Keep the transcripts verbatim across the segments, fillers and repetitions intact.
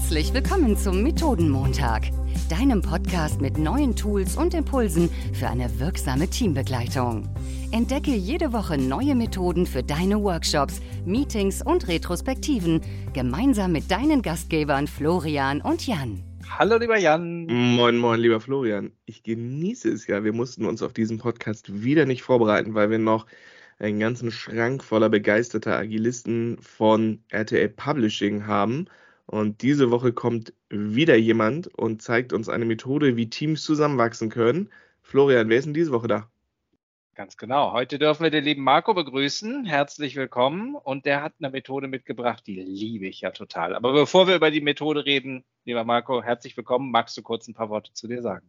Herzlich willkommen zum Methodenmontag, deinem Podcast mit neuen Tools und Impulsen für eine wirksame Teambegleitung. Entdecke jede Woche neue Methoden für deine Workshops, Meetings und Retrospektiven, gemeinsam mit deinen Gastgebern Florian und Jan. Hallo lieber Jan. Moin, moin, lieber Florian. Ich genieße es ja. Wir mussten uns auf diesen Podcast wieder nicht vorbereiten, weil wir noch einen ganzen Schrank voller begeisterter Agilisten von R T L Publishing haben. Und diese Woche kommt wieder jemand und zeigt uns eine Methode, wie Teams zusammenwachsen können. Florian, wer ist denn diese Woche da? Ganz genau. Heute dürfen wir den lieben Marco begrüßen. Herzlich willkommen. Und der hat eine Methode mitgebracht, die liebe ich ja total. Aber bevor wir über die Methode reden, lieber Marco, herzlich willkommen. Magst du kurz ein paar Worte zu dir sagen?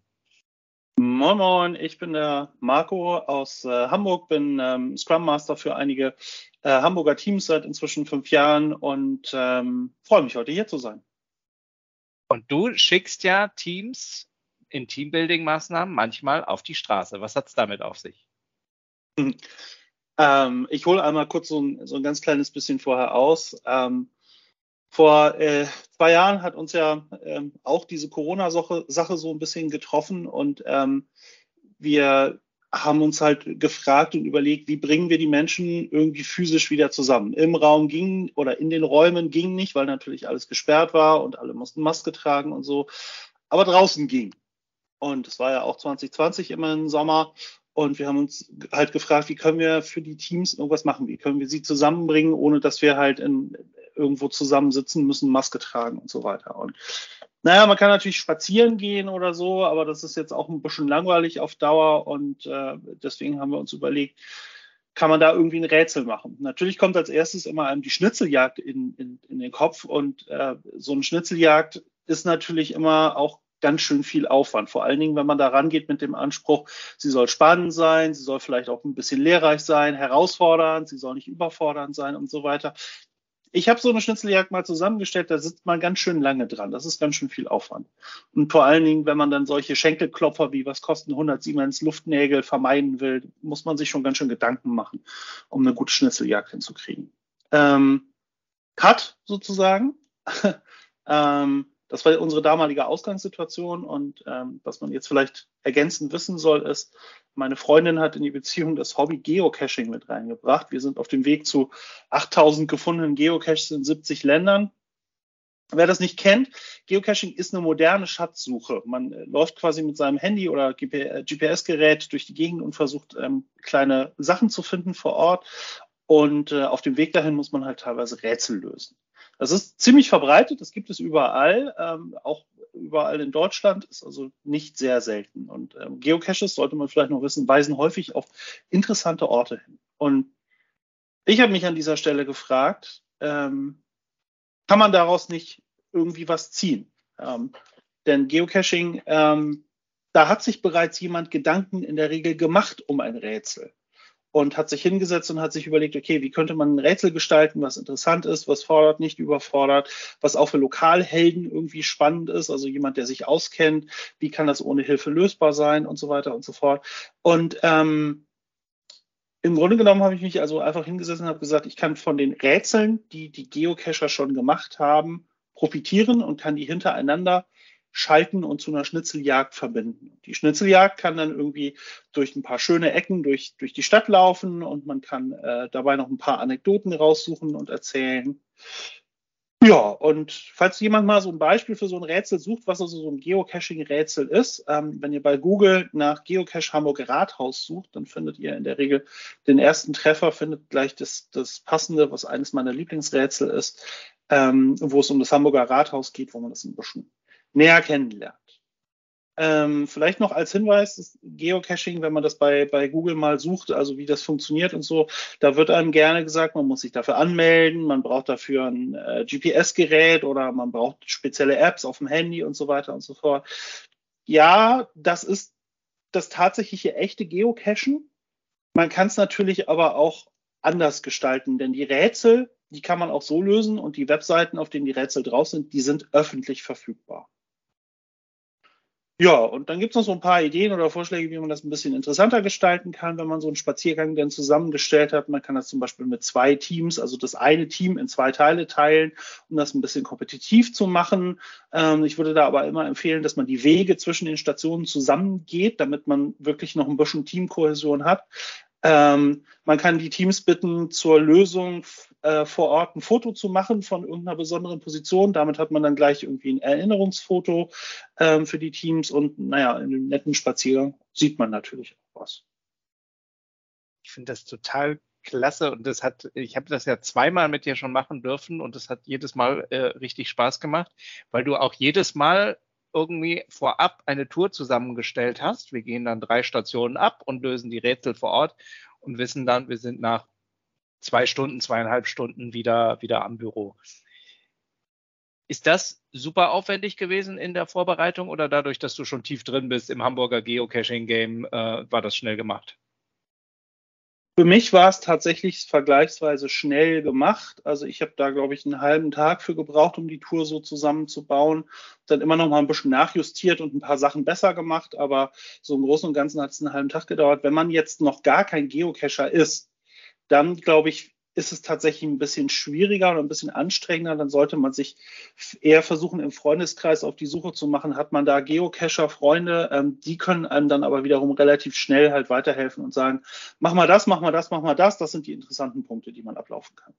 Moin Moin, ich bin der Marco aus äh, Hamburg, bin ähm, Scrum Master für einige äh, Hamburger Teams seit inzwischen fünf Jahren und ähm, freue mich, heute hier zu sein. Und du schickst ja Teams in Teambuilding-Maßnahmen manchmal auf die Straße. Was hat es damit auf sich? Hm. Ähm, ich hole einmal kurz so ein, so ein ganz kleines bisschen vorher aus. Ähm, Vor äh, zwei Jahren hat uns ja ähm, auch diese Corona-Sache Sache so ein bisschen getroffen und ähm, wir haben uns halt gefragt und überlegt, wie bringen wir die Menschen irgendwie physisch wieder zusammen. Im Raum ging oder in den Räumen ging nicht, weil natürlich alles gesperrt war und alle mussten Maske tragen und so, aber draußen ging. Und es war ja auch zwanzig zwanzig immer im Sommer. Und wir haben uns halt gefragt, wie können wir für die Teams irgendwas machen? Wie können wir sie zusammenbringen, ohne dass wir halt in, irgendwo zusammensitzen müssen, Maske tragen und so weiter. Und naja, man kann natürlich spazieren gehen oder so, aber das ist jetzt auch ein bisschen langweilig auf Dauer. Und äh, deswegen haben wir uns überlegt, kann man da irgendwie ein Rätsel machen? Natürlich kommt als erstes immer einem die Schnitzeljagd in, in, in den Kopf. Und äh, so eine Schnitzeljagd ist natürlich immer auch ganz schön viel Aufwand. Vor allen Dingen, wenn man da rangeht mit dem Anspruch, sie soll spannend sein, sie soll vielleicht auch ein bisschen lehrreich sein, herausfordernd, sie soll nicht überfordernd sein und so weiter. Ich habe so eine Schnitzeljagd mal zusammengestellt, da sitzt man ganz schön lange dran. Das ist ganz schön viel Aufwand. Und vor allen Dingen, wenn man dann solche Schenkelklopfer wie was kosten hundert Siemens Luftnägel vermeiden will, muss man sich schon ganz schön Gedanken machen, um eine gute Schnitzeljagd hinzukriegen. Ähm, Cut sozusagen. ähm, Das war unsere damalige Ausgangssituation und ähm, was man jetzt vielleicht ergänzend wissen soll, ist, meine Freundin hat in die Beziehung das Hobby Geocaching mit reingebracht. Wir sind auf dem Weg zu achttausend gefundenen Geocaches in siebzig Ländern. Wer das nicht kennt, Geocaching ist eine moderne Schatzsuche. Man äh, läuft quasi mit seinem Handy oder G P S-Gerät durch die Gegend und versucht, ähm, kleine Sachen zu finden vor Ort. Und äh, auf dem Weg dahin muss man halt teilweise Rätsel lösen. Das ist ziemlich verbreitet, das gibt es überall, ähm, auch überall in Deutschland, ist also nicht sehr selten. Und ähm, Geocaches, sollte man vielleicht noch wissen, weisen häufig auf interessante Orte hin. Und ich habe mich an dieser Stelle gefragt, ähm, kann man daraus nicht irgendwie was ziehen? Ähm, denn Geocaching, ähm, da hat sich bereits jemand Gedanken in der Regel gemacht um ein Rätsel. Und hat sich hingesetzt und hat sich überlegt, okay, wie könnte man ein Rätsel gestalten, was interessant ist, was fordert, nicht überfordert, was auch für Lokalhelden irgendwie spannend ist, also jemand, der sich auskennt, wie kann das ohne Hilfe lösbar sein und so weiter und so fort. Und ähm, im Grunde genommen habe ich mich also einfach hingesetzt und habe gesagt, ich kann von den Rätseln, die die Geocacher schon gemacht haben, profitieren und kann die hintereinander schalten und zu einer Schnitzeljagd verbinden. Die Schnitzeljagd kann dann irgendwie durch ein paar schöne Ecken durch, durch die Stadt laufen und man kann äh, dabei noch ein paar Anekdoten raussuchen und erzählen. Ja, und falls jemand mal so ein Beispiel für so ein Rätsel sucht, was also so ein Geocaching-Rätsel ist, ähm, wenn ihr bei Google nach Geocache Hamburg Rathaus sucht, dann findet ihr in der Regel den ersten Treffer, findet gleich das, das Passende, was eines meiner Lieblingsrätsel ist, ähm, wo es um das Hamburger Rathaus geht, wo man das ein bisschen näher kennenlernt. Ähm, vielleicht noch als Hinweis, das Geocaching, wenn man das bei, bei Google mal sucht, also wie das funktioniert und so, da wird einem gerne gesagt, man muss sich dafür anmelden, man braucht dafür ein äh, G P S-Gerät oder man braucht spezielle Apps auf dem Handy und so weiter und so fort. Ja, das ist das tatsächliche echte Geocachen. Man kann es natürlich aber auch anders gestalten, denn die Rätsel, die kann man auch so lösen und die Webseiten, auf denen die Rätsel drauf sind, die sind öffentlich verfügbar. Ja, und dann gibt es noch so ein paar Ideen oder Vorschläge, wie man das ein bisschen interessanter gestalten kann, wenn man so einen Spaziergang dann zusammengestellt hat. Man kann das zum Beispiel mit zwei Teams, also das eine Team in zwei Teile teilen, um das ein bisschen kompetitiv zu machen. Ähm, ich würde da aber immer empfehlen, dass man die Wege zwischen den Stationen zusammengeht, damit man wirklich noch ein bisschen Teamkohäsion hat. Ähm, man kann die Teams bitten, zur Lösung äh, vor Ort ein Foto zu machen von irgendeiner besonderen Position. Damit hat man dann gleich irgendwie ein Erinnerungsfoto ähm, für die Teams und naja, in einem netten Spaziergang sieht man natürlich auch was. Ich finde das total klasse und das hat, ich habe das ja zweimal mit dir schon machen dürfen und das hat jedes Mal äh, richtig Spaß gemacht, weil du auch jedes Mal irgendwie vorab eine Tour zusammengestellt hast. Wir gehen dann drei Stationen ab und lösen die Rätsel vor Ort und wissen dann, wir sind nach zwei Stunden, zweieinhalb Stunden wieder, wieder am Büro. Ist das super aufwendig gewesen in der Vorbereitung oder dadurch, dass du schon tief drin bist im Hamburger Geocaching-Game, äh, war das schnell gemacht? Für mich war es tatsächlich vergleichsweise schnell gemacht. Also ich habe da, glaube ich, einen halben Tag für gebraucht, um die Tour so zusammenzubauen. Dann immer noch mal ein bisschen nachjustiert und ein paar Sachen besser gemacht. Aber so im Großen und Ganzen hat es einen halben Tag gedauert. Wenn man jetzt noch gar kein Geocacher ist, dann, glaube ich, ist es tatsächlich ein bisschen schwieriger oder ein bisschen anstrengender. Dann sollte man sich eher versuchen, im Freundeskreis auf die Suche zu machen. Hat man da Geocacher-Freunde, ähm, die können einem dann aber wiederum relativ schnell halt weiterhelfen und sagen, mach mal das, mach mal das, mach mal das. Das sind die interessanten Punkte, die man ablaufen kann.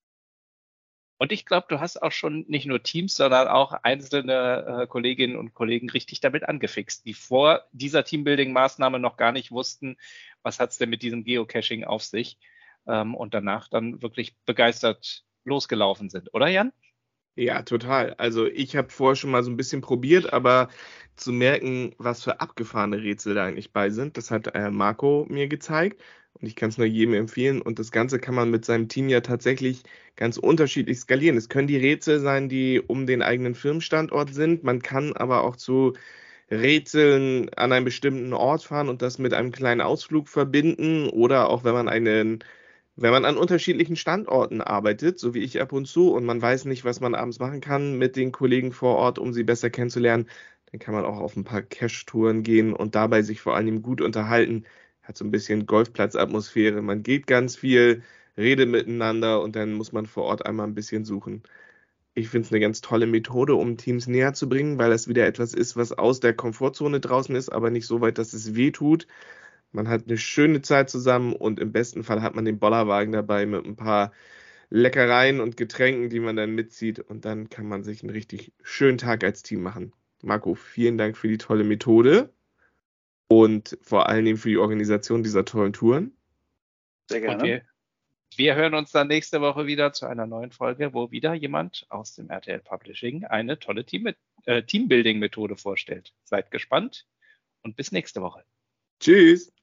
Und ich glaube, du hast auch schon nicht nur Teams, sondern auch einzelne äh, Kolleginnen und Kollegen richtig damit angefixt, die vor dieser Teambuilding-Maßnahme noch gar nicht wussten, was hat es denn mit diesem Geocaching auf sich, ähm, und danach dann wirklich begeistert losgelaufen sind. Oder, Jan? Ja, total. Also ich habe vorher schon mal so ein bisschen probiert, aber zu merken, was für abgefahrene Rätsel da eigentlich bei sind, das hat äh, Marco mir gezeigt und ich kann es nur jedem empfehlen. Und das Ganze kann man mit seinem Team ja tatsächlich ganz unterschiedlich skalieren. Es können die Rätsel sein, die um den eigenen Firmenstandort sind. Man kann aber auch zu Rätseln an einen bestimmten Ort fahren und das mit einem kleinen Ausflug verbinden oder auch wenn man einen Wenn man an unterschiedlichen Standorten arbeitet, so wie ich ab und zu, und man weiß nicht, was man abends machen kann mit den Kollegen vor Ort, um sie besser kennenzulernen, dann kann man auch auf ein paar Cache-Touren gehen und dabei sich vor allem gut unterhalten. Hat so ein bisschen Golfplatzatmosphäre. Man geht ganz viel, redet miteinander und dann muss man vor Ort einmal ein bisschen suchen. Ich finde es eine ganz tolle Methode, um Teams näher zu bringen, weil das wieder etwas ist, was aus der Komfortzone draußen ist, aber nicht so weit, dass es weh tut. Man hat eine schöne Zeit zusammen und im besten Fall hat man den Bollerwagen dabei mit ein paar Leckereien und Getränken, die man dann mitzieht und dann kann man sich einen richtig schönen Tag als Team machen. Marco, vielen Dank für die tolle Methode und vor allen Dingen für die Organisation dieser tollen Touren. Sehr gerne. Und wir, wir hören uns dann nächste Woche wieder zu einer neuen Folge, wo wieder jemand aus dem R T L Publishing eine tolle Team, äh, Teambuilding-Methode vorstellt. Seid gespannt und bis nächste Woche. Tschüss!